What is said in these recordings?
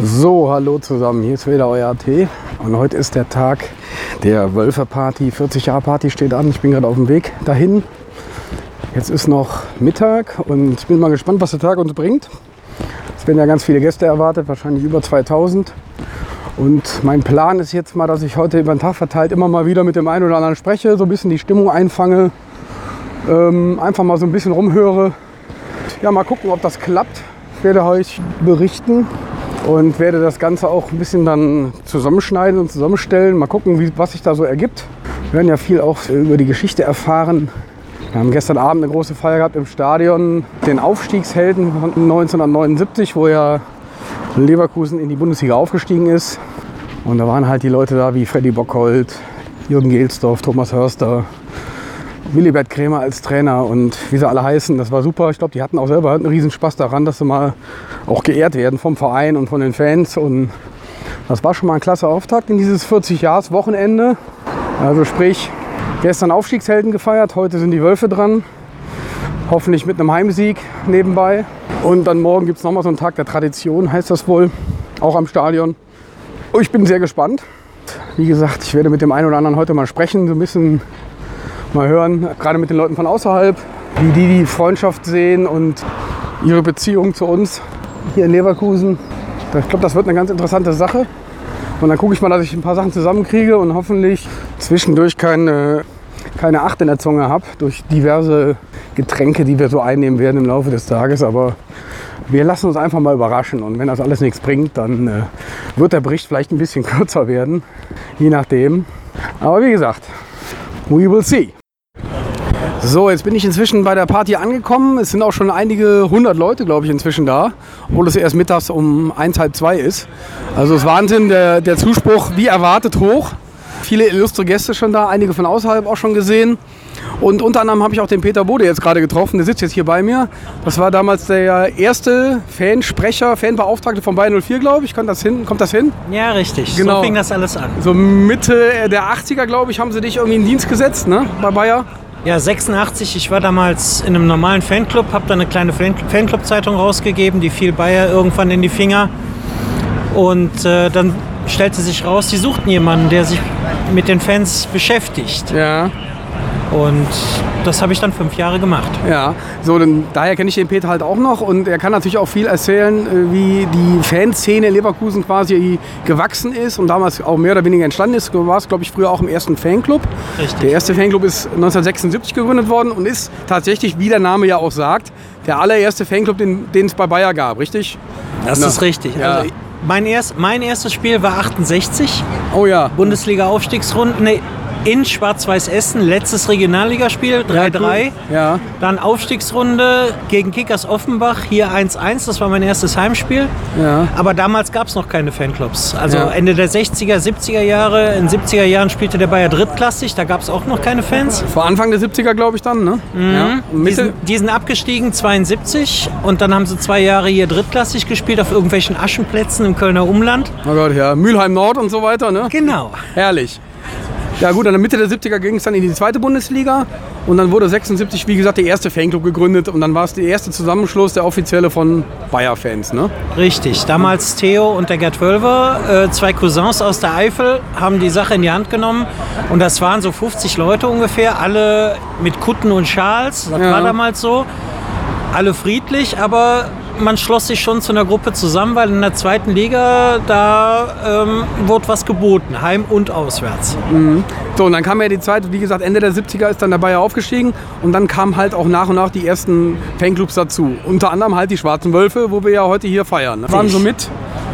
So, hallo zusammen, hier ist wieder euer AT und heute ist der Tag der Wölfe-Party, 40-Jahr-Party steht an. Ich bin gerade auf dem Weg dahin. Jetzt ist noch Mittag und ich bin mal gespannt, was der Tag uns bringt. Es werden ja ganz viele Gäste erwartet, wahrscheinlich über 2000. Und mein Plan ist jetzt mal, dass ich heute über den Tag verteilt immer mal wieder mit dem einen oder anderen spreche, so ein bisschen die Stimmung einfange, einfach mal so ein bisschen rumhöre. Ja, mal gucken, ob das klappt. Ich werde euch berichten und werde das Ganze auch ein bisschen dann zusammenschneiden und zusammenstellen. Mal gucken, was sich da so ergibt. Wir werden ja viel auch über die Geschichte erfahren. Wir haben gestern Abend eine große Feier gehabt im Stadion, den Aufstiegshelden von 1979, wo ja Leverkusen in die Bundesliga aufgestiegen ist. Und da waren halt die Leute da wie Freddy Bockhold, Jürgen Gelsdorf, Thomas Hörster, Willibert Krämer als Trainer und wie sie alle heißen. Das war super. Ich glaube, die hatten auch selber einen riesen Spaß daran, dass sie mal auch geehrt werden vom Verein und von den Fans. Und das war schon mal ein klasse Auftakt in dieses 40-Jahres-Wochenende. Also sprich, gestern Aufstiegshelden gefeiert, heute sind die Wölfe dran. Hoffentlich mit einem Heimsieg nebenbei. Und dann morgen gibt es nochmal so einen Tag der Tradition, heißt das wohl, auch am Stadion. Ich bin sehr gespannt. Wie gesagt, ich werde mit dem einen oder anderen heute mal sprechen, so ein bisschen mal hören, gerade mit den Leuten von außerhalb, wie die Freundschaft sehen und ihre Beziehung zu uns hier in Leverkusen. Ich glaube, das wird eine ganz interessante Sache. Und dann gucke ich mal, dass ich ein paar Sachen zusammenkriege und hoffentlich zwischendurch keine Acht in der Zunge habe durch diverse Getränke, die wir so einnehmen werden im Laufe des Tages. Aber wir lassen uns einfach mal überraschen. Und wenn das alles nichts bringt, dann wird der Bericht vielleicht ein bisschen kürzer werden, je nachdem. Aber wie gesagt, we will see. So, jetzt bin ich inzwischen bei der Party angekommen. Es sind auch schon einige 100 Leute, glaube ich, inzwischen da, obwohl es erst mittags um 1, halb 2 ist. Also es ist Wahnsinn, der Zuspruch wie erwartet hoch. Viele illustre Gäste schon da, einige von außerhalb auch schon gesehen. Und unter anderem habe ich auch den Peter Bode jetzt gerade getroffen, der sitzt jetzt hier bei mir. Das war damals der erste Fansprecher, Fanbeauftragte von Bayern 04, glaube ich. Kommt das hin? Ja, richtig. Genau. So fing das alles an. So Mitte der 80er, glaube ich, haben sie dich irgendwie in Dienst gesetzt, ne, bei Bayer? Ja, 86. Ich war damals in einem normalen Fanclub, habe da eine kleine Fanclub-Zeitung rausgegeben, die fiel Bayer irgendwann in die Finger. Und dann stellte sich raus, die suchten jemanden, der sich mit den Fans beschäftigt. Ja. Und das habe ich dann 5 Jahre gemacht. Ja, so, daher kenne ich den Peter halt auch noch und er kann natürlich auch viel erzählen, wie die Fanszene in Leverkusen quasi gewachsen ist und damals auch mehr oder weniger entstanden ist. Du warst, glaube ich, früher auch im ersten Fanclub. Richtig. Der erste Fanclub ist 1976 gegründet worden und ist tatsächlich, wie der Name ja auch sagt, der allererste Fanclub, den es bei Bayer gab, richtig? Das ist richtig. Ja. Also, mein erstes Spiel war 68. Oh ja. Bundesliga-Aufstiegsrunde. Nee, in Schwarz-Weiß Essen, letztes Regionalligaspiel, 3-3. Ja, cool. Ja. Dann Aufstiegsrunde gegen Kickers Offenbach, hier 1-1, das war mein erstes Heimspiel. Ja. Aber damals gab es noch keine Fanclubs. Also Ja. Ende der 60er, 70er Jahre, in 70er Jahren spielte der Bayer drittklassig, da gab es auch noch keine Fans. Vor Anfang der 70er, glaube ich, dann, ne? Mhm. Ja. Und Die sind abgestiegen, 72, und dann haben sie 2 Jahre hier drittklassig gespielt auf irgendwelchen Aschenplätzen im Kölner Umland. Oh Gott, ja. Mülheim Nord und so weiter, ne? Genau. Herrlich. Ja gut, in der Mitte der 70er ging es dann in die zweite Bundesliga und dann wurde 76, wie gesagt, der erste Fanclub gegründet und dann war es der erste Zusammenschluss, der offizielle von Bayer-Fans, ne? Richtig, damals Theo und der Gerd Wölver, 2 Cousins aus der Eifel, haben die Sache in die Hand genommen und das waren so 50 Leute ungefähr, alle mit Kutten und Schals, das war damals so, alle friedlich, aber man schloss sich schon zu einer Gruppe zusammen, weil in der zweiten Liga, da wurde was geboten, heim und auswärts. Mhm. So, und dann kam ja die Zeit, wie gesagt, Ende der 70er ist dann der Bayer aufgestiegen und dann kamen halt auch nach und nach die ersten Fanclubs dazu. Unter anderem halt die Schwarzen Wölfe, wo wir ja heute hier feiern. Ne? Waren somit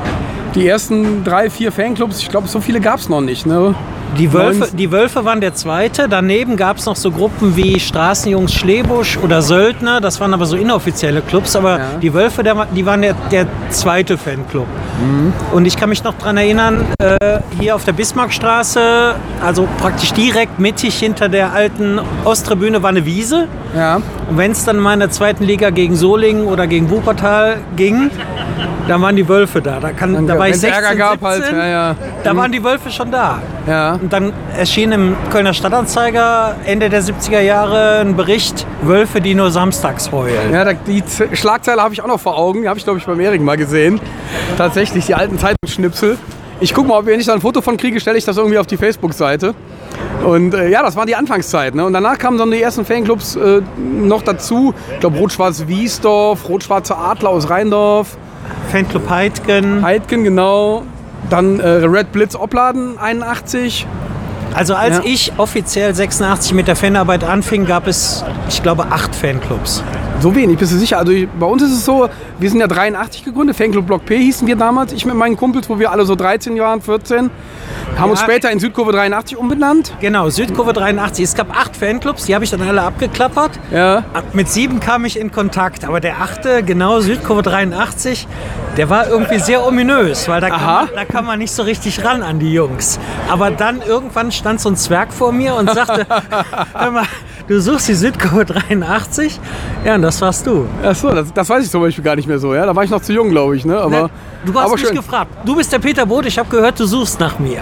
die ersten 3, 4 Fanclubs, ich glaube, so viele gab es noch nicht, ne? Die Wölfe waren der zweite. Daneben gab es noch so Gruppen wie Straßenjungs Schlebusch oder Söldner. Das waren aber so inoffizielle Clubs. Aber die Wölfe, die waren der zweite Fanclub. Mhm. Und ich kann mich noch daran erinnern, hier auf der Bismarckstraße, also praktisch direkt mittig hinter der alten Osttribüne, war eine Wiese. Ja. Und wenn es dann mal in der zweiten Liga gegen Solingen oder gegen Wuppertal ging, Da waren die Wölfe da. Da war ich 16, Ärger gab 17, halt, ja. Da waren die Wölfe schon da. Ja. Und dann erschien im Kölner Stadtanzeiger Ende der 70er Jahre ein Bericht, Wölfe, die nur samstags heulen. Ja, die Schlagzeile habe ich auch noch vor Augen. Die habe ich, glaube ich, beim Erik mal gesehen. Tatsächlich, die alten Zeitungsschnipsel. Ich gucke mal, wenn ich da ein Foto von kriege, stelle ich das irgendwie auf die Facebook-Seite. Und ja, das war die Anfangszeit. Ne? Und danach kamen dann die ersten Fanclubs noch dazu. Ich glaube, Rot-Schwarz Wiesdorf, Rot-Schwarze Adler aus Rheindorf. Fanclub Heidgen. Heidgen, genau. Dann Red Blitz Opladen 81. Also als ich offiziell 86 mit der Fanarbeit anfing, gab es, ich glaube, 8 Fanclubs. So wenig, bist du sicher? Also bei uns ist es so, wir sind ja 83 gegründet, Fanclub Block P hießen wir damals, ich mit meinen Kumpels, wo wir alle so 13 waren, 14. Haben uns später in Südkurve 83 umbenannt. Genau, Südkurve 83. Es gab 8 Fanclubs, die habe ich dann alle abgeklappert. Ja. Mit 7 kam ich in Kontakt, aber der 8., genau, Südkurve 83, der war irgendwie sehr ominös, weil da kann man nicht so richtig ran an die Jungs. Aber dann irgendwann stand so ein Zwerg vor mir und sagte, hör mal, du suchst die Südkurve 83? Ja, und das warst du. Ach so, das weiß ich zum Beispiel gar nicht mehr so. Ja? Da war ich noch zu jung, glaube ich. Ne? Aber, du hast mich gefragt. Du bist der Peter Both, ich habe gehört, du suchst nach mir.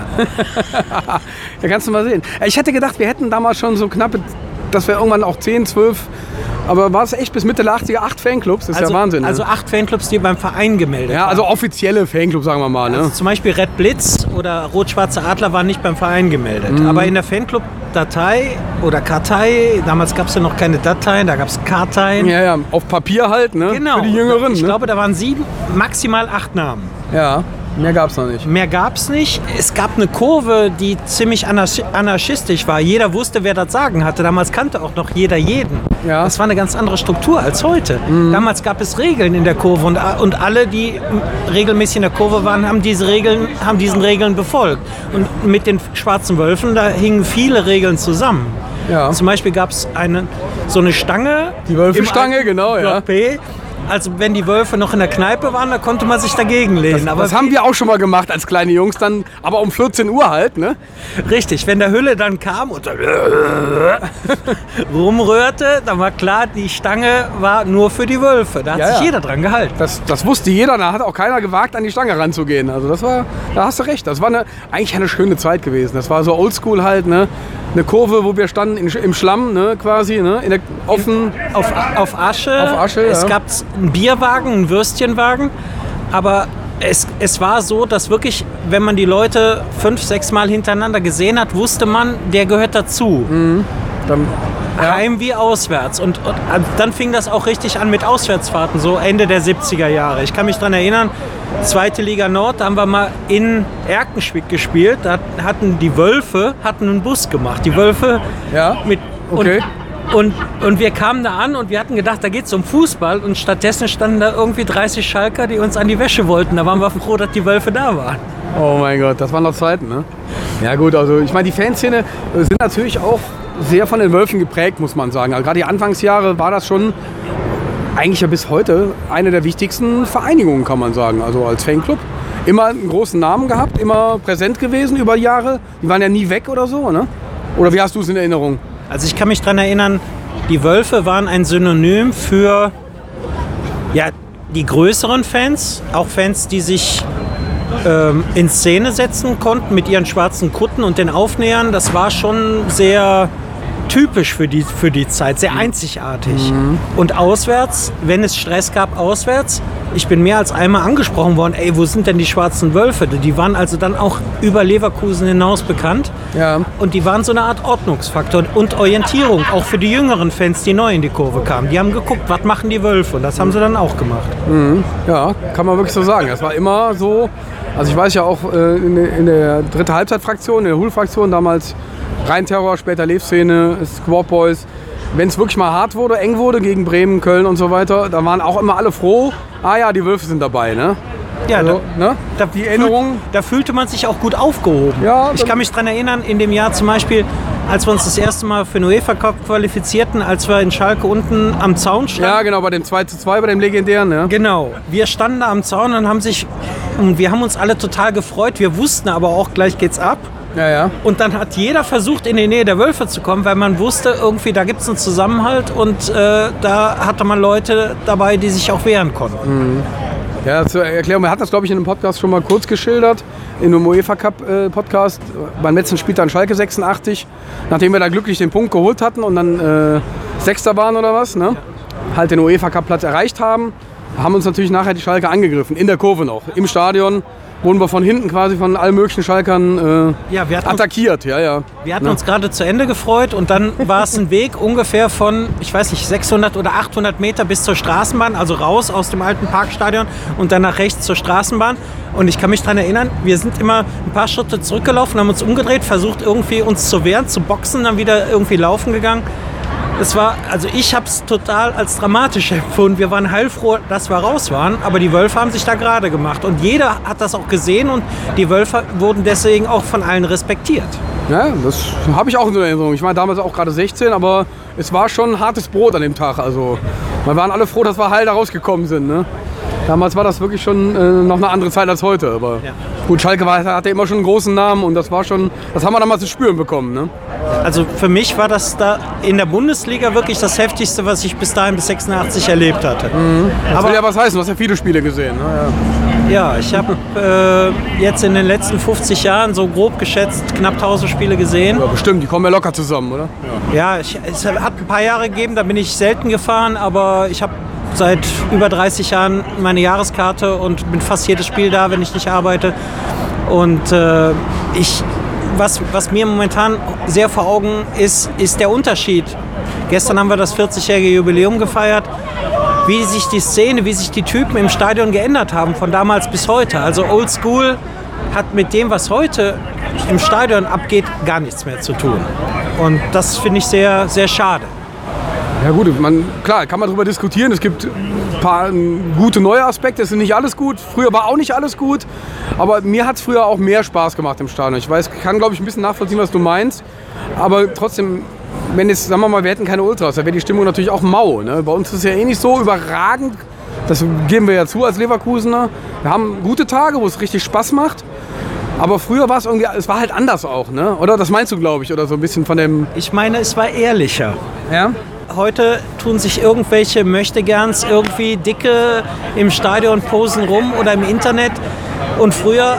Ja, kannst du mal sehen. Ich hätte gedacht, wir hätten damals schon so knappe, dass wir irgendwann auch 10, 12, aber war es echt bis Mitte der 80er 8 Fanclubs? Das ist ja Wahnsinn. Also 8 Fanclubs, die beim Verein gemeldet waren. Ja, also offizielle Fanclubs, sagen wir mal. Ne? Also zum Beispiel Red Blitz oder Rot-Schwarze Adler waren nicht beim Verein gemeldet. Aber in der Fanclub-Datei oder Kartei, damals gab es ja noch keine Dateien, da gab es Karteien. Ja, auf Papier halt, ne? Genau. Für die Jüngeren. Ich glaube, da waren 7, maximal 8 Namen. Ja. Mehr gab es noch nicht. Mehr gab es nicht. Es gab eine Kurve, die ziemlich anarchistisch war. Jeder wusste, wer das Sagen hatte. Damals kannte auch noch jeder jeden. Ja. Das war eine ganz andere Struktur als heute. Damals gab es Regeln in der Kurve und alle, die regelmäßig in der Kurve waren, haben diesen Regeln befolgt. Und mit den Schwarzen Wölfen, da hingen viele Regeln zusammen. Ja. Zum Beispiel gab es so eine Stange. Die Wölfestange, genau, ja. Block P. Also wenn die Wölfe noch in der Kneipe waren, da konnte man sich dagegen lehnen. Das haben wir auch schon mal gemacht als kleine Jungs, dann, aber um 14 Uhr halt, ne? Richtig, wenn der Hülle dann kam und rumrührte, dann war klar, die Stange war nur für die Wölfe. Da hat sich jeder dran gehalten. Das wusste jeder, da hat auch keiner gewagt, an die Stange ranzugehen. Also da hast du recht, das war eigentlich eine schöne Zeit gewesen. Das war so oldschool halt, ne? Eine Kurve, wo wir standen im Schlamm, ne, quasi, ne, auf Asche. Auf Asche, Es gab einen Bierwagen, einen Würstchenwagen, aber es war so, dass wirklich, wenn man die Leute 5, 6 Mal hintereinander gesehen hat, wusste man, der gehört dazu. Heim wie auswärts. Und dann fing das auch richtig an mit Auswärtsfahrten, so Ende der 70er Jahre. Ich kann mich daran erinnern, 2. Liga Nord, da haben wir mal in Erkenschwick gespielt. Da hatten die Wölfe einen Bus gemacht. Die Wölfe okay. Und wir kamen da an und wir hatten gedacht, da geht es um Fußball. Und stattdessen standen da irgendwie 30 Schalker, die uns an die Wäsche wollten. Da waren wir froh, dass die Wölfe da waren. Oh mein Gott, das waren noch Zeiten, ne? Ja gut, also ich meine, die Fanszene sind natürlich auch sehr von den Wölfen geprägt, muss man sagen. Also gerade die Anfangsjahre war das schon eigentlich ja bis heute eine der wichtigsten Vereinigungen, kann man sagen. Also als Fanclub. Immer einen großen Namen gehabt, immer präsent gewesen über Jahre. Die waren ja nie weg oder so, ne? Oder wie hast du es in Erinnerung? Also ich kann mich daran erinnern, die Wölfe waren ein Synonym für die größeren Fans, auch Fans, die sich in Szene setzen konnten mit ihren schwarzen Kutten und den Aufnähern. Das war schon sehr typisch für die Zeit, sehr einzigartig. Und auswärts, wenn es Stress gab auswärts, ich bin mehr als einmal angesprochen worden, ey, wo sind denn die Schwarzen Wölfe? Die waren also dann auch über Leverkusen hinaus bekannt. Ja. Und die waren so eine Art Ordnungsfaktor und Orientierung, auch für die jüngeren Fans, die neu in die Kurve kamen. Die haben geguckt, was machen die Wölfe? Und das haben sie dann auch gemacht. Ja, kann man wirklich so sagen. Das war immer so. Also ich weiß ja auch in der dritte Halbzeitfraktion, in der Hul-Fraktion, damals Rheinterror, später Lev-Szene, Squad Boys. Wenn es wirklich mal hart wurde, eng wurde gegen Bremen, Köln und so weiter, da waren auch immer alle froh, die Wölfe sind dabei, ne? Ja, also, die Erinnerung. Da fühlte man sich auch gut aufgehoben. Ja, ich kann mich daran erinnern, in dem Jahr zum Beispiel, als wir uns das erste Mal für den UEFA-Cup qualifizierten, als wir in Schalke unten am Zaun standen. Ja, genau, bei dem 2:2, bei dem legendären. Ja. Genau, wir standen da am Zaun und wir haben uns alle total gefreut. Wir wussten aber auch, gleich geht's ab. Ja. Und dann hat jeder versucht, in die Nähe der Wölfe zu kommen, weil man wusste, irgendwie da gibt es einen Zusammenhalt und da hatte man Leute dabei, die sich auch wehren konnten. Ja, zur Erklärung, wir hatten das, glaube ich, in einem Podcast schon mal kurz geschildert, in einem UEFA-Cup-Podcast. Beim letzten Spiel dann Schalke 86, nachdem wir da glücklich den Punkt geholt hatten und dann Sechster waren oder was, ne? Halt den UEFA-Cup-Platz erreicht haben uns natürlich nachher die Schalke angegriffen, in der Kurve noch, im Stadion. Wurden wir von hinten quasi von allen möglichen Schalkern attackiert. Wir hatten uns gerade zu Ende gefreut und dann war es ein Weg ungefähr von, ich weiß nicht, 600 oder 800 Meter bis zur Straßenbahn, also raus aus dem alten Parkstadion und dann nach rechts zur Straßenbahn. Und ich kann mich daran erinnern, wir sind immer ein paar Schritte zurückgelaufen, haben uns umgedreht, versucht irgendwie uns zu wehren, zu boxen, dann wieder irgendwie laufen gegangen. Ich habe es total als dramatisch empfunden. Wir waren heilfroh, dass wir raus waren, aber die Wölfe haben sich da gerade gemacht. Und jeder hat das auch gesehen und die Wölfe wurden deswegen auch von allen respektiert. Ja, das habe ich auch in Erinnerung. Ich war damals auch gerade 16, aber es war schon ein hartes Brot an dem Tag. Also, wir waren alle froh, dass wir heil da rausgekommen sind. Ne? Damals war das wirklich schon noch eine andere Zeit als heute. Aber gut, Schalke hatte immer schon einen großen Namen und das haben wir damals zu spüren bekommen. Ne? Also für mich war das da in der Bundesliga wirklich das Heftigste, was ich bis dahin bis 86 erlebt hatte. Das will ja was heißen, du hast ja viele Spiele gesehen. Ne? Ja, ich habe jetzt in den letzten 50 Jahren so grob geschätzt knapp 1000 Spiele gesehen. Ja, bestimmt, die kommen ja locker zusammen, oder? Ja, es hat ein paar Jahre gegeben, da bin ich selten gefahren, aber ich habe seit über 30 Jahren meine Jahreskarte und bin fast jedes Spiel da, wenn ich nicht arbeite. Und was mir momentan sehr vor Augen ist der Unterschied. Gestern haben wir das 40-jährige Jubiläum gefeiert, wie sich die Szene, wie sich die Typen im Stadion geändert haben, von damals bis heute. Also Old School hat mit dem, was heute im Stadion abgeht, gar nichts mehr zu tun. Und das finde ich sehr, sehr schade. Ja gut, klar, kann man darüber diskutieren. Es gibt ein paar gute neue Aspekte. Es ist nicht alles gut. Früher war auch nicht alles gut. Aber mir hat es früher auch mehr Spaß gemacht im Stadion. Ich kann, glaube ich, ein bisschen nachvollziehen, was du meinst. Aber trotzdem, wenn jetzt, sagen wir mal, wir hätten keine Ultras, dann wäre die Stimmung natürlich auch mau. Ne? Bei uns ist es ja nicht so überragend. Das geben wir ja zu als Leverkusener. Wir haben gute Tage, wo es richtig Spaß macht. Aber früher war es war halt anders auch, ne? Oder? Das meinst du, glaube ich, oder so ein bisschen von dem... Ich meine, es war ehrlicher. Ja? Heute tun sich irgendwelche Möchtegerns irgendwie dicke im Stadion posen rum oder im Internet. Und früher,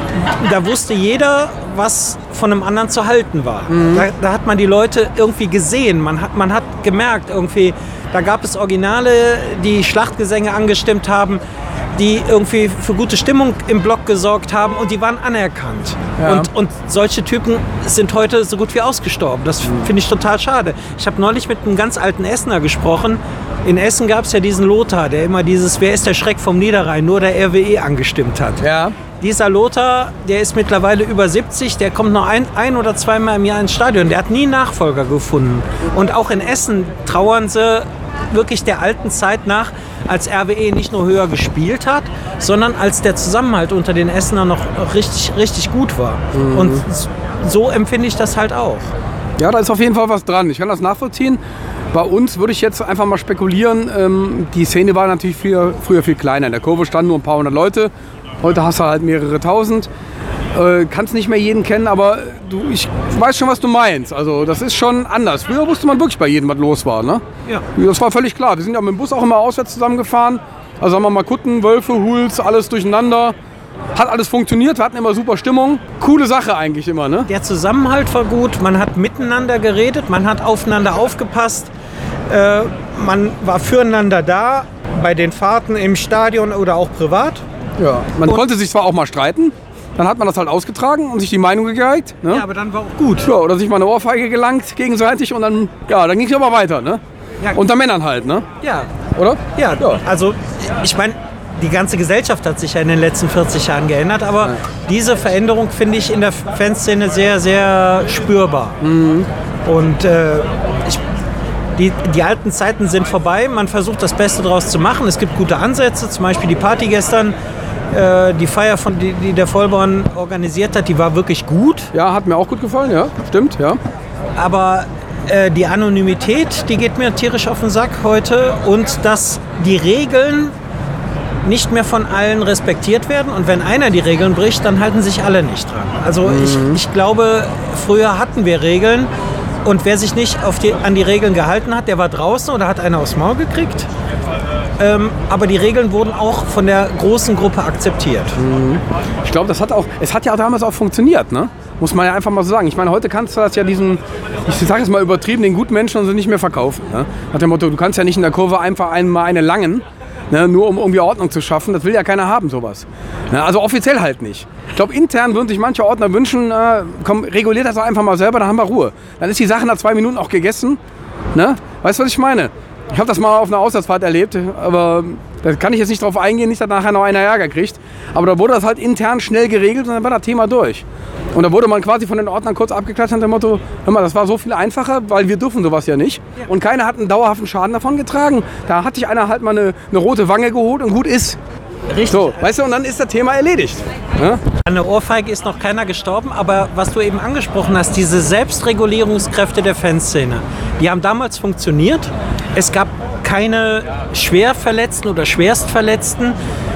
da wusste jeder, was von einem anderen zu halten war. Da hat man die Leute irgendwie gesehen. Man hat gemerkt, irgendwie, da gab es Originale, die Schlachtgesänge angestimmt haben, die irgendwie für gute Stimmung im Block gesorgt haben und die waren anerkannt. Ja. Und solche Typen sind heute so gut wie ausgestorben. Das finde ich total schade. Ich habe neulich mit einem ganz alten Essener gesprochen. In Essen gab es ja diesen Lothar, der immer Wer ist der Schreck vom Niederrhein, nur der RWE angestimmt hat. Ja. Dieser Lothar, der ist mittlerweile über 70, der kommt noch ein oder zweimal im Jahr ins Stadion. Der hat nie einen Nachfolger gefunden. Und auch in Essen trauern sie wirklich der alten Zeit nach, als RWE nicht nur höher gespielt hat, sondern als der Zusammenhalt unter den Essenern noch richtig, richtig gut war. Und so empfinde ich das halt auch. Ja, da ist auf jeden Fall was dran. Ich kann das nachvollziehen. Bei uns würde ich jetzt einfach mal spekulieren, die Szene war natürlich früher viel kleiner. In der Kurve standen nur ein paar hundert Leute. Heute hast du halt mehrere tausend. Kannst nicht mehr jeden kennen, aber ich weiß schon, was du meinst. Also das ist schon anders. Früher wusste man wirklich bei jedem, was los war. Ne? Ja. Das war völlig klar. Wir sind ja mit dem Bus auch immer auswärts zusammengefahren. Also sagen wir mal Kutten, Wölfe, Huls, alles durcheinander. Hat alles funktioniert, wir hatten immer super Stimmung. Coole Sache eigentlich immer, ne? Der Zusammenhalt war gut, man hat miteinander geredet, man hat aufeinander aufgepasst. Man war füreinander da, bei den Fahrten im Stadion oder auch privat. Ja, man konnte sich zwar auch mal streiten, dann hat man das halt ausgetragen und sich die Meinung gegeigt. Ne? Ja, aber dann war auch gut. Ja, oder sich mal eine Ohrfeige gelangt gegenseitig und dann ging es aber weiter, ne? Ja. Unter Männern halt, ne? Ja. Oder? Ja, also ich meine, die ganze Gesellschaft hat sich ja in den letzten 40 Jahren geändert, aber diese Veränderung finde ich in der Fanszene sehr, sehr spürbar. Und die alten Zeiten sind vorbei, man versucht das Beste daraus zu machen. Es gibt gute Ansätze, zum Beispiel die Party gestern, die Feier, die der Vollborn organisiert hat, die war wirklich gut. Ja, hat mir auch gut gefallen, ja, stimmt, ja. Aber die Anonymität, die geht mir tierisch auf den Sack heute und dass die Regeln nicht mehr von allen respektiert werden und wenn einer die Regeln bricht, dann halten sich alle nicht dran. Also ich glaube, früher hatten wir Regeln Und wer sich nicht an die Regeln gehalten hat, der war draußen oder hat einer aufs Maul gekriegt. Aber die Regeln wurden auch von der großen Gruppe akzeptiert. Ich glaube, es hat ja auch damals auch funktioniert, ne? Muss man ja einfach mal so sagen. Ich meine, heute kannst du das ja ich sage es mal übertrieben, den guten Menschen und so nicht mehr verkaufen. Ne? Nach dem Motto, du kannst ja nicht in der Kurve einfach einmal eine langen, ne? Nur um irgendwie Ordnung zu schaffen. Das will ja keiner haben, sowas. Ne? Also offiziell halt nicht. Ich glaube, intern würden sich manche Ordner wünschen, komm, reguliert das doch einfach mal selber, dann haben wir Ruhe. Dann ist die Sache nach 2 Minuten auch gegessen. Ne? Weißt du, was ich meine? Ich habe das mal auf einer Auswärtsfahrt erlebt, aber da kann ich jetzt nicht drauf eingehen, nicht, dass nachher noch einer Ärger kriegt. Aber da wurde das halt intern schnell geregelt und dann war das Thema durch. Und da wurde man quasi von den Ordnern kurz abgeklatscht nach dem Motto, hör mal, das war so viel einfacher, weil wir dürfen sowas ja nicht. Und keiner hat einen dauerhaften Schaden davon getragen. Da hat sich einer halt mal eine rote Wange geholt und gut ist. Richtig. So, weißt du, und dann ist das Thema erledigt. Ja? An der Ohrfeige ist noch keiner gestorben, aber was du eben angesprochen hast, diese Selbstregulierungskräfte der Fanszene, die haben damals funktioniert. Es gab keine Schwerverletzten oder Schwerstverletzten.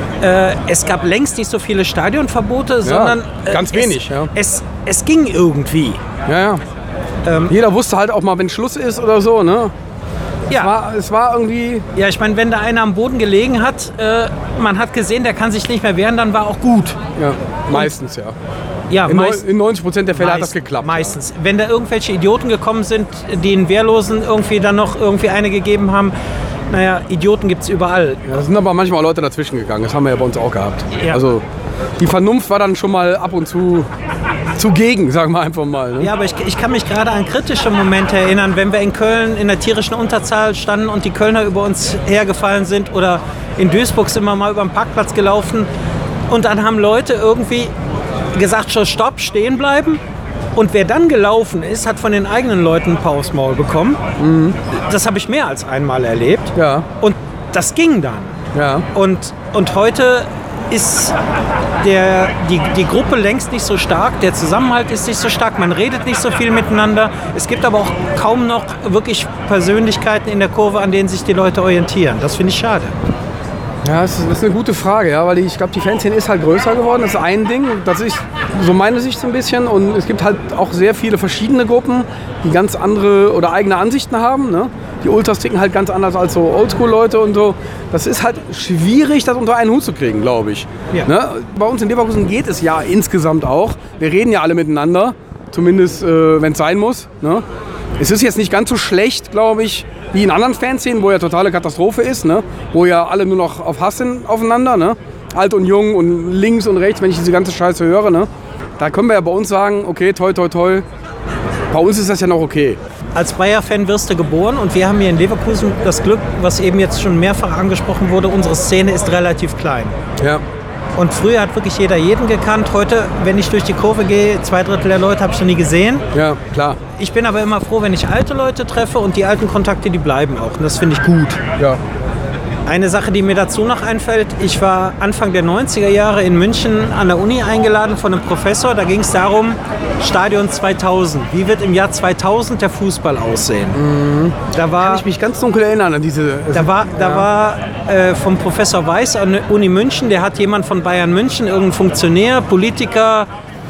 Es gab längst nicht so viele Stadionverbote, sondern ganz wenig. Es ging irgendwie. Ja. Jeder wusste halt auch mal, wenn Schluss ist oder so, ne? Ja. Es war irgendwie... Ja, ich meine, wenn da einer am Boden gelegen hat, man hat gesehen, der kann sich nicht mehr wehren, dann war auch gut. Ja, meistens, ja. Ja, in 90% der Fälle hat das geklappt. Meistens. Wenn da irgendwelche Idioten gekommen sind, die einen Wehrlosen irgendwie dann noch irgendwie eine gegeben haben, naja, Idioten gibt es überall. Ja, da sind aber manchmal Leute dazwischen gegangen, das haben wir ja bei uns auch gehabt. Ja. Also die Vernunft war dann schon mal ab und zu zugegen, sagen wir einfach mal. Ne? Ja, aber ich kann mich gerade an kritische Momente erinnern, wenn wir in Köln in der tierischen Unterzahl standen und die Kölner über uns hergefallen sind oder in Duisburg sind wir mal über den Parkplatz gelaufen und dann haben Leute irgendwie gesagt, schon stopp, stehen bleiben. Und wer dann gelaufen ist, hat von den eigenen Leuten ein paar aufs Maul bekommen. Mhm. Das habe ich mehr als einmal erlebt. Ja. Und das ging dann. Ja. Und heute ist die Gruppe längst nicht so stark, der Zusammenhalt ist nicht so stark, man redet nicht so viel miteinander. Es gibt aber auch kaum noch wirklich Persönlichkeiten in der Kurve, an denen sich die Leute orientieren. Das finde ich schade. Ja, das ist eine gute Frage, ja, weil ich glaube, die Fanszene ist halt größer geworden, das ist ein Ding, das ist so meine Sicht so ein bisschen und es gibt halt auch sehr viele verschiedene Gruppen, die ganz andere oder eigene Ansichten haben, ne? Die Ultras ticken halt ganz anders als so Oldschool-Leute und so. Das ist halt schwierig, das unter einen Hut zu kriegen, glaube ich. Ja. Ne? Bei uns in Leverkusen geht es ja insgesamt auch. Wir reden ja alle miteinander, zumindest wenn es sein muss. Ne? Es ist jetzt nicht ganz so schlecht, glaube ich, wie in anderen Fanszenen, wo ja totale Katastrophe ist, ne? Wo ja alle nur noch auf Hass sind aufeinander, ne? Alt und jung und links und rechts, wenn ich diese ganze Scheiße höre. Ne? Da können wir ja bei uns sagen, okay, toi, toi, toi, bei uns ist das ja noch okay. Als Bayer-Fan wirst du geboren und wir haben hier in Leverkusen das Glück, was eben jetzt schon mehrfach angesprochen wurde, unsere Szene ist relativ klein. Ja. Und früher hat wirklich jeder jeden gekannt. Heute, wenn ich durch die Kurve gehe, 2/3 der Leute habe ich noch nie gesehen. Ja, klar. Ich bin aber immer froh, wenn ich alte Leute treffe und die alten Kontakte, die bleiben auch. Und das finde ich gut. Ja. Eine Sache, die mir dazu noch einfällt, ich war Anfang der 90er Jahre in München an der Uni eingeladen von einem Professor. Da ging es darum, Stadion 2000. Wie wird im Jahr 2000 der Fußball aussehen? Mhm. Kann ich mich ganz dunkel erinnern an diese... Da war vom Professor Weiß an der Uni München, der hat jemand von Bayern München, irgendein Funktionär, Politiker,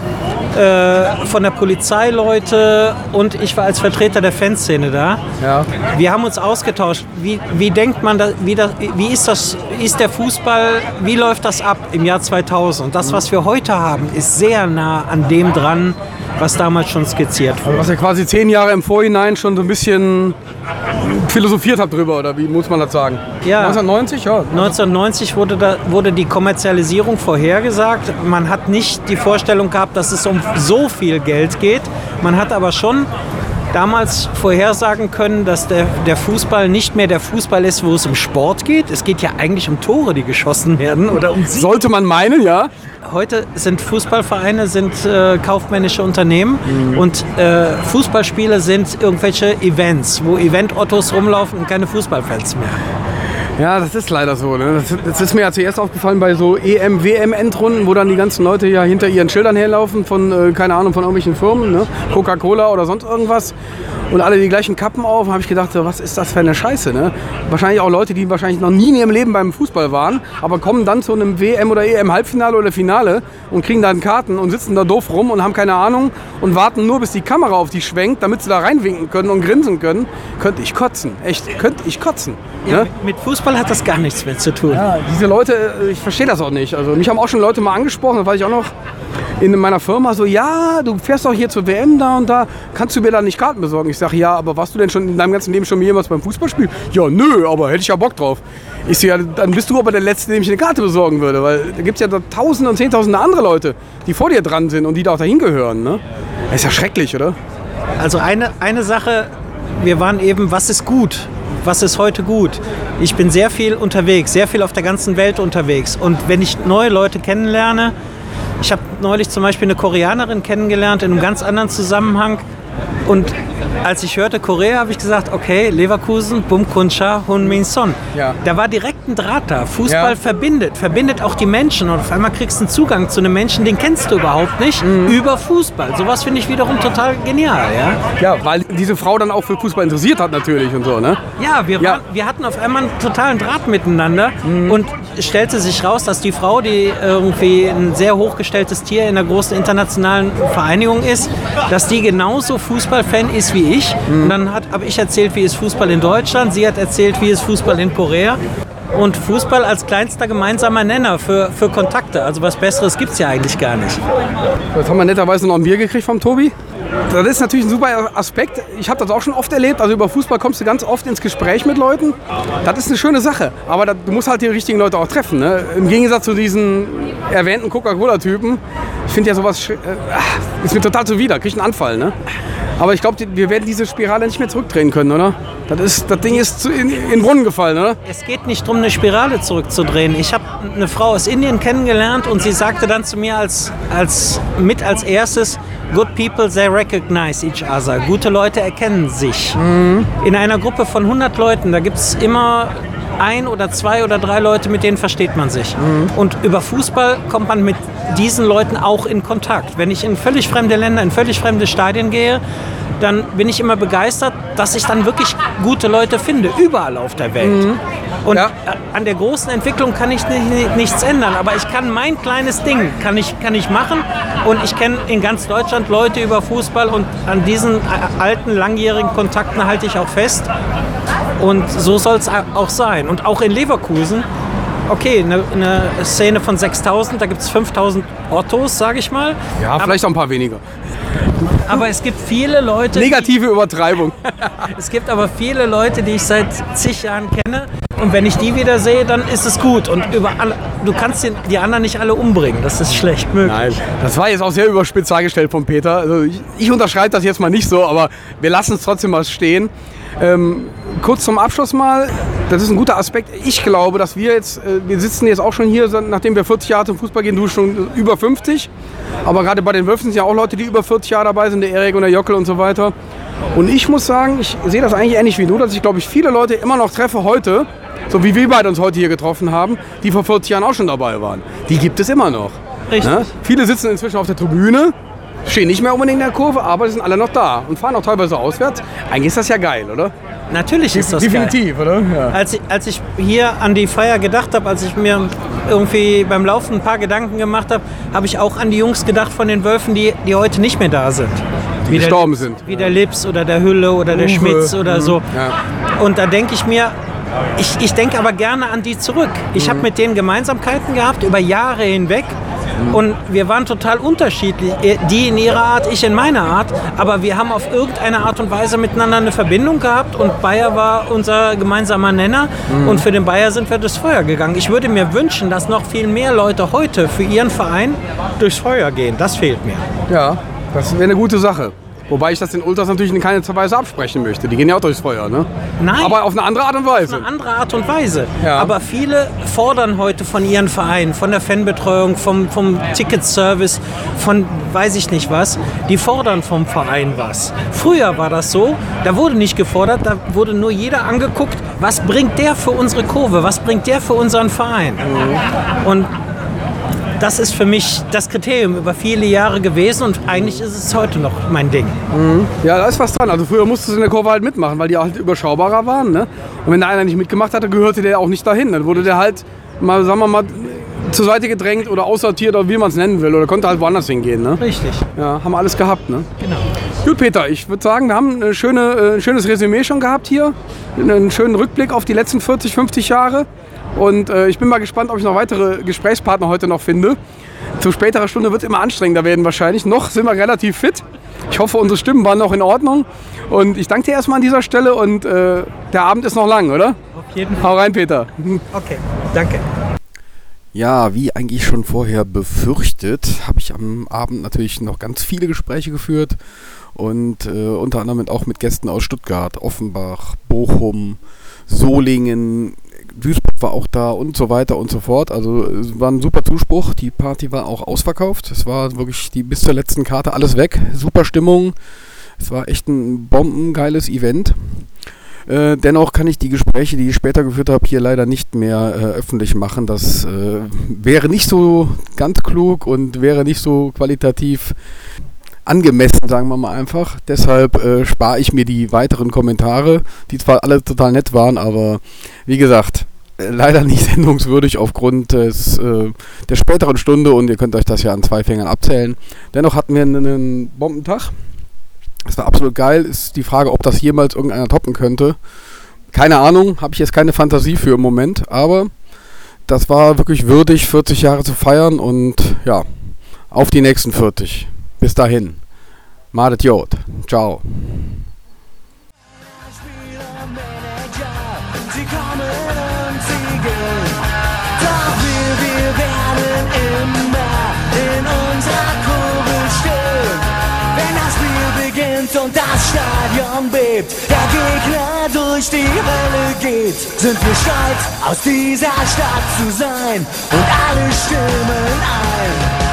von der Polizei Leute und ich war als Vertreter der Fanszene da. Ja. Wir haben uns ausgetauscht. Wie denkt man, wie ist der Fußball, wie läuft das ab im Jahr 2000? Und das, was wir heute haben, ist sehr nah an dem dran, was damals schon skizziert wurde. Also was ihr quasi 10 Jahre im Vorhinein schon so ein bisschen philosophiert habt drüber, oder wie muss man das sagen? Ja. 1990? Ja. 1990 wurde die Kommerzialisierung vorhergesagt. Man hat nicht die Vorstellung gehabt, dass es um so viel Geld geht. Man hat aber schon damals vorhersagen können, dass der Fußball nicht mehr der Fußball ist, wo es um Sport geht. Es geht ja eigentlich um Tore, die geschossen werden. Oder um Sieg. Sollte man meinen, ja. Heute sind Fußballvereine kaufmännische Unternehmen und Fußballspiele sind irgendwelche Events, wo Event-Ottos rumlaufen und keine Fußballfans mehr. Ja, das ist leider so. Ne? Das ist mir ja zuerst aufgefallen bei so EM-, WM-Endrunden, wo dann die ganzen Leute ja hinter ihren Schildern herlaufen von, keine Ahnung, von irgendwelchen Firmen, ne? Coca-Cola oder sonst irgendwas. und alle die gleichen Kappen auf. Da habe ich gedacht, so, was ist das für eine Scheiße, ne? Wahrscheinlich auch Leute, die wahrscheinlich noch nie in ihrem Leben beim Fußball waren, aber kommen dann zu einem WM- oder EM-Halbfinale oder Finale und kriegen dann Karten und sitzen da doof rum und haben keine Ahnung und warten nur, bis die Kamera auf die schwenkt, damit sie da reinwinken können und grinsen können. Könnte ich kotzen. Echt, könnte ich kotzen. Ja, Ne? mit Fußball hat das gar nichts mehr zu tun. Ja, diese Leute, ich verstehe das auch nicht. Also mich haben auch schon Leute mal angesprochen, das weiß ich auch noch, in meiner Firma so, ja, du fährst doch hier zur WM da und da, kannst du mir da nicht Karten besorgen? Ich sage, ja, aber warst du denn schon in deinem ganzen Leben schon jemals beim Fußballspiel? Ja, nö, aber hätte ich ja Bock drauf. Ich so, ja, dann bist du aber der Letzte, dem ich eine Karte besorgen würde, weil da gibt es ja Tausende und Zehntausende andere Leute, die vor dir dran sind und die da auch dahin gehören. Ne? Das ist ja schrecklich, oder? Also eine Sache, wir waren eben, was ist gut? Was ist heute gut? Ich bin sehr viel unterwegs, sehr viel auf der ganzen Welt unterwegs. Und wenn ich neue Leute kennenlerne, ich habe neulich zum Beispiel eine Koreanerin kennengelernt in einem ganz anderen Zusammenhang. Und als ich hörte Korea, habe ich gesagt, okay, Leverkusen, Bumkuncha, Hunmin Son. Ja. Da war direkt ein Draht da. Fußball verbindet auch die Menschen. Und auf einmal kriegst du einen Zugang zu einem Menschen, den kennst du überhaupt nicht, über Fußball. Sowas finde ich wiederum total genial. Ja, Ja, weil diese Frau dann auch für Fußball interessiert hat natürlich und so, ne? ja, wir hatten auf einmal einen totalen Draht miteinander. Und es stellte sich raus, dass die Frau, die irgendwie ein sehr hochgestelltes Tier in einer großen internationalen Vereinigung ist, dass die genauso Fußballfan ist wie ich. Und dann habe ich erzählt, wie ist Fußball in Deutschland. Sie hat erzählt, wie ist Fußball in Korea. Und Fußball als kleinster gemeinsamer Nenner für Kontakte. Also was Besseres gibt es ja eigentlich gar nicht. Jetzt haben wir netterweise noch ein Bier gekriegt vom Tobi. Das ist natürlich ein super Aspekt. Ich habe das auch schon oft erlebt. Also über Fußball kommst du ganz oft ins Gespräch mit Leuten. Das ist eine schöne Sache. Aber du musst halt die richtigen Leute auch treffen. Ne? Im Gegensatz zu diesen erwähnten Coca-Cola-Typen. Ich finde ja sowas, ist mir total zuwider. Krieg einen Anfall. Ne? Aber ich glaube, wir werden diese Spirale nicht mehr zurückdrehen können, oder? Das Ding ist in den Brunnen gefallen, oder? Es geht nicht darum, eine Spirale zurückzudrehen. Ich habe eine Frau aus Indien kennengelernt und sie sagte dann zu mir als erstes, good people, they recognize each other. Gute Leute erkennen sich. In einer Gruppe von 100 Leuten, da gibt es immer 1 oder 2 oder 3 Leute, mit denen versteht man sich. Und über Fußball kommt man mit diesen Leuten auch in Kontakt. Wenn ich in völlig fremde Länder, in völlig fremde Stadien gehe, dann bin ich immer begeistert, dass ich dann wirklich gute Leute finde, überall auf der Welt. Und an der großen Entwicklung kann ich nichts ändern, aber ich kann mein kleines Ding, kann ich machen, und ich kenne in ganz Deutschland Leute über Fußball, und an diesen alten, langjährigen Kontakten halte ich auch fest, und so soll es auch sein. Und auch in Leverkusen, okay, eine Szene von 6.000, da gibt es 5.000 Ottos, sage ich mal. Ja, vielleicht auch ein paar weniger. Aber es gibt viele Leute... Negative Übertreibung. Es gibt aber viele Leute, die ich seit zig Jahren kenne. Und wenn ich die wieder sehe, dann ist es gut. Und du kannst die anderen nicht alle umbringen. Das ist schlecht möglich. Nein, das war jetzt auch sehr überspitzt dargestellt von Peter. Also ich unterschreibe das jetzt mal nicht so, aber wir lassen es trotzdem mal stehen. Kurz zum Abschluss mal, das ist ein guter Aspekt. Ich glaube, dass wir sitzen jetzt auch schon hier, nachdem wir 40 Jahre zum Fußball gehen, du schon über 50. Aber gerade bei den Wölfen sind ja auch Leute, die über 40 Jahre dabei sind, der Erik und der Jockel und so weiter. Und ich muss sagen, ich sehe das eigentlich ähnlich wie du, dass ich, glaube ich, viele Leute immer noch treffe heute, so wie wir beide uns heute hier getroffen haben, die vor 40 Jahren auch schon dabei waren. Die gibt es immer noch. Richtig. Ne? Viele sitzen inzwischen auf der Tribüne, stehen nicht mehr unbedingt in der Kurve, aber sie sind alle noch da und fahren auch teilweise auswärts. Eigentlich ist das ja geil, oder? Natürlich ist das definitiv, geil. Oder? Ja. Als ich hier an die Feier gedacht habe, als ich mir irgendwie beim Laufen ein paar Gedanken gemacht habe, habe ich auch an die Jungs gedacht von den Wölfen, die heute nicht mehr da sind. Die gestorben sind. Wie der Lips oder der Hülle oder der Schmitz oder so. Ja. Und da denke ich mir, ich denke aber gerne an die zurück. Ich habe mit denen Gemeinsamkeiten gehabt über Jahre hinweg. Und wir waren total unterschiedlich, die in ihrer Art, ich in meiner Art, aber wir haben auf irgendeine Art und Weise miteinander eine Verbindung gehabt, und Bayer war unser gemeinsamer Nenner, und für den Bayer sind wir durchs Feuer gegangen. Ich würde mir wünschen, dass noch viel mehr Leute heute für ihren Verein durchs Feuer gehen. Das fehlt mir. Ja, das wäre eine gute Sache. Wobei ich das den Ultras natürlich in keiner Weise absprechen möchte. Die gehen ja auch durchs Feuer, ne? Nein. Aber auf eine andere Art und Weise. Auf eine andere Art und Weise. Ja. Aber viele fordern heute von ihren Vereinen, von der Fanbetreuung, vom Ticketservice, von weiß ich nicht was. Die fordern vom Verein was. Früher war das so, da wurde nicht gefordert, da wurde nur jeder angeguckt, was bringt der für unsere Kurve, was bringt der für unseren Verein. Und das ist für mich das Kriterium über viele Jahre gewesen und eigentlich ist es heute noch mein Ding. Ja, da ist was dran. Also früher musstest du in der Kurve halt mitmachen, weil die halt überschaubarer waren. Ne? Und wenn da einer nicht mitgemacht hatte, gehörte der auch nicht dahin. Dann wurde der halt, mal, sagen wir mal, zur Seite gedrängt oder aussortiert oder wie man es nennen will. Oder konnte halt woanders hingehen. Ne? Richtig. Ja, haben wir alles gehabt. Ne? Genau. Gut, Peter, ich würde sagen, wir haben ein schönes Resümee schon gehabt hier. Einen schönen Rückblick auf die letzten 40, 50 Jahre. Und ich bin mal gespannt, ob ich noch weitere Gesprächspartner heute noch finde. Zu späterer Stunde wird es immer anstrengender werden wahrscheinlich. Noch sind wir relativ fit. Ich hoffe, unsere Stimmen waren noch in Ordnung. Und ich danke dir erstmal an dieser Stelle und der Abend ist noch lang, oder? Auf jeden Fall. Hau rein, Peter. Okay, danke. Ja, wie eigentlich schon vorher befürchtet, habe ich am Abend natürlich noch ganz viele Gespräche geführt und unter anderem auch mit Gästen aus Stuttgart, Offenbach, Bochum, Solingen, Duisburg war auch da und so weiter und so fort. Also es war ein super Zuspruch, die Party war auch ausverkauft, es war wirklich bis zur letzten Karte alles weg, super Stimmung, es war echt ein bombengeiles Event. Dennoch kann ich die Gespräche, die ich später geführt habe, hier leider nicht mehr öffentlich machen. Das wäre nicht so ganz klug und wäre nicht so qualitativ angemessen, sagen wir mal einfach. Deshalb spare ich mir die weiteren Kommentare, die zwar alle total nett waren, aber wie gesagt, leider nicht sendungswürdig aufgrund der späteren Stunde und ihr könnt euch das ja an 2 Fingern abzählen. Dennoch hatten wir einen Bombentag. Es war absolut geil. Ist die Frage, ob das jemals irgendeiner toppen könnte. Keine Ahnung, habe ich jetzt keine Fantasie für im Moment, aber das war wirklich würdig, 40 Jahre zu feiern und ja, auf die nächsten 40. Bis dahin. Madet Jod. Ciao. Sie kommen und sie gehen, doch wir werden immer in unserer Kurve stehen. Wenn das Spiel beginnt und das Stadion bebt, der Gegner durch die Hölle geht, sind wir stolz, aus dieser Stadt zu sein und alle stimmen ein.